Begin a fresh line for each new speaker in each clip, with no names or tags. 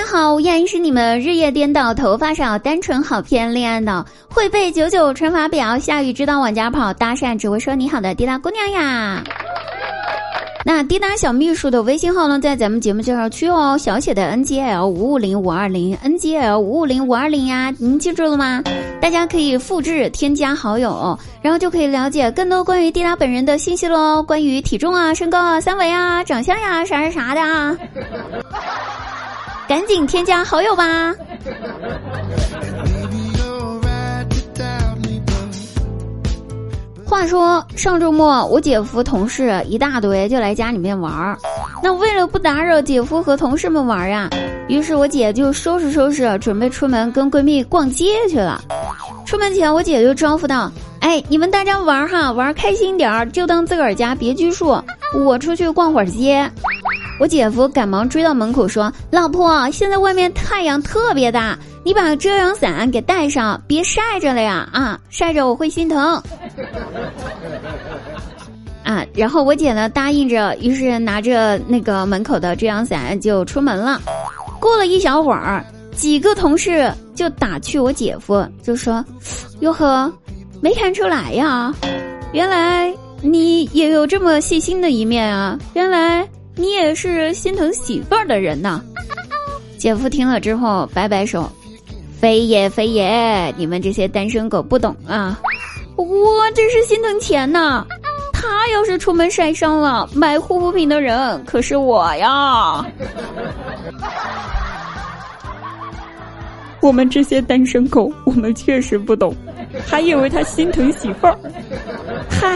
好，我依然是你们日夜颠倒、头发少、单纯好骗恋爱脑、会背99乘法表、下雨知道往家跑、搭讪只会说你好的滴答姑娘呀。那滴答小秘书的微信号呢，在咱们节目介绍区哦，小写的 NGL550520 NGL550520 呀，您记住了吗？大家可以复制添加好友，然后就可以了解更多关于滴答本人的信息咯，关于体重啊、身高啊、三围啊、长相呀、啥的啊，赶紧添加好友吧。话说上周末我姐夫同事一大堆就来家里面玩，那为了不打扰姐夫和同事们玩呀，于是我姐就收拾准备出门跟闺蜜逛街去了。出门前我姐就招呼道，你们大家玩哈，玩开心点，就当自个儿家别拘束，我出去逛会儿街。我姐夫赶忙追到门口说，老婆，现在外面太阳特别大，你把遮阳伞给带上，别晒着了呀，晒着我会心疼。然后我姐呢答应着，于是拿着那个门口的遮阳伞就出门了。过了一小会儿，几个同事就打趣我姐夫，就说，哟呵，没看出来呀，原来你也有这么细心的一面啊，原来你也是心疼媳妇儿的人呐。姐夫听了之后摆摆手，非也，你们这些单身狗不懂啊，我这是心疼钱呐，他要是出门晒伤了，买护肤品的人可是我呀。
我们这些单身狗，我们确实不懂，还以为他心疼媳妇儿。嗨。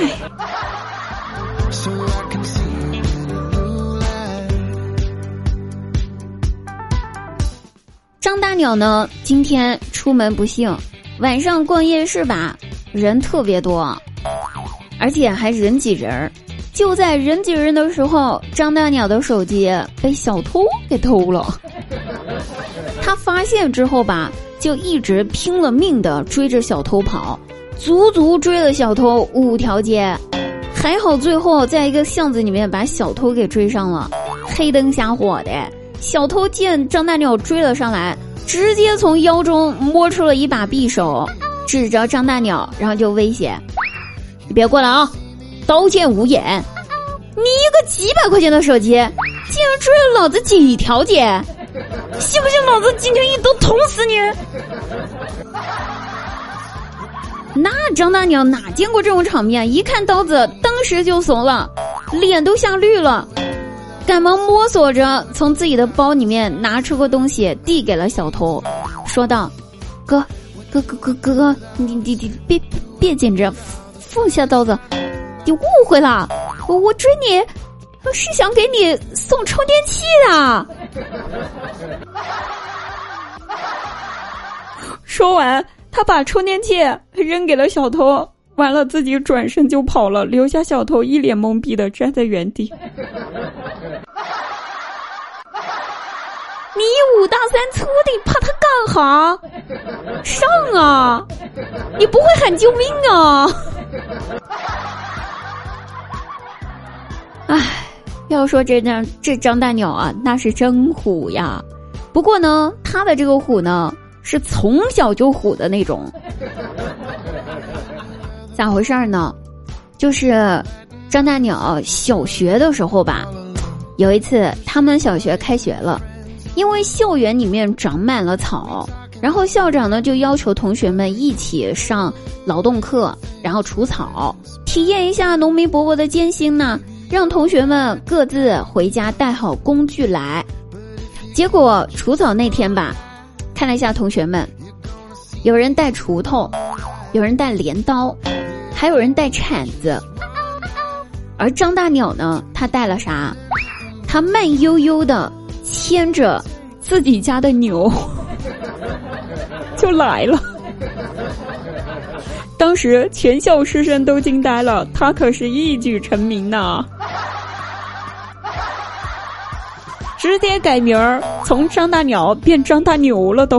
张大鸟呢，今天出门不幸，晚上逛夜市吧，人特别多，而且还人挤人。就在人挤人的时候，张大鸟的手机被小偷给偷了。他发现之后吧，就一直拼了命的追着小偷跑，足足追了小偷5条街，还好最后在一个巷子里面把小偷给追上了。黑灯瞎火的，小偷见张大鸟追了上来，直接从腰中摸出了一把匕首，指着张大鸟，然后就威胁，你别过来啊，刀剑无眼，你一个几百块钱的手机竟然追了老子几条街，信不信老子今天一刀捅死你。那张大鸟哪见过这种场面，一看刀子当时就怂了，脸都吓绿了，赶忙摸索着从自己的包里面拿出个东西递给了小偷，说道，哥，你别紧张，放下刀子，你误会了，我追你是想给你送充电器的。
说完他把充电器扔给了小偷，完了自己转身就跑了，留下小偷一脸懵逼的站在原地。
你5大3粗的怕他干哈？上啊，你不会喊救命啊。要说这张大鸟啊，那是真虎呀。不过呢，他的这个虎呢是从小就虎的那种。咋回事呢？就是张大鸟小学的时候吧，有一次他们小学开学了，因为校园里面长满了草，然后校长呢就要求同学们一起上劳动课，然后除草，体验一下农民伯伯的艰辛呢，让同学们各自回家带好工具来。结果除草那天吧，看了一下同学们，有人带锄头，有人带镰刀，还有人带铲子。而张大鸟呢，他带了啥？他慢悠悠的牵着自己家的牛
就来了。当时全校师生都惊呆了，他可是一举成名呢，直接改名儿，从张大鸟变张大牛了都。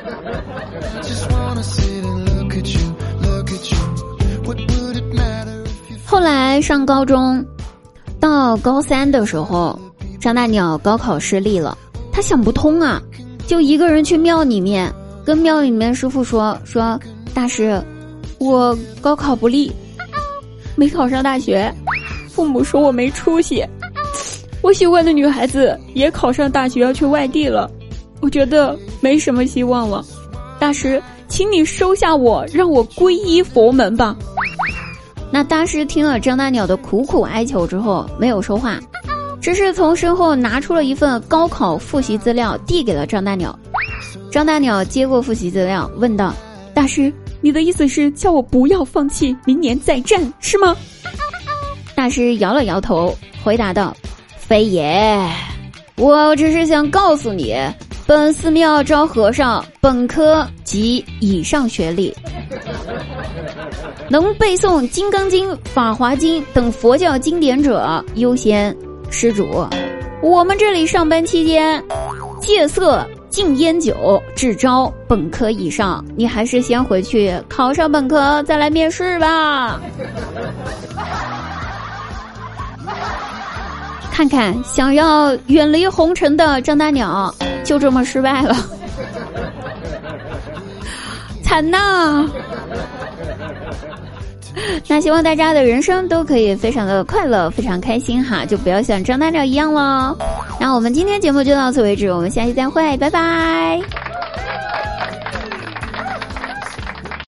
后来上高中，到高3的时候，张大鸟高考失利了，他想不通啊， 就一个人去庙里面，跟庙里面师傅说大师，我高考不利，没考上大学，
父母说我没出息，我喜欢的女孩子也考上大学要去外地了，我觉得没什么希望了，大师请你收下我，让我皈依佛门吧。
那大师听了张大鸟的苦苦哀求之后没有说话，只是从身后拿出了一份高考复习资料递给了张大鸟。张大鸟接过复习资料问道，
大师，你的意思是叫我不要放弃，明年再战是吗？
大师摇了摇头回答道，非也，我只是想告诉你，本寺庙招和尚本科及以上学历，能背诵《金刚经》《法华经》等佛教经典者优先施主。我们这里上班期间戒色禁烟酒，只招本科以上，你还是先回去考上本科再来面试吧。看看想要远离红尘的张大鸟就这么失败了，惨呐！那希望大家的人生都可以非常的快乐，非常开心哈，就不要像张大鸟一样了。那我们今天节目就到此为止，我们下期再会，拜拜。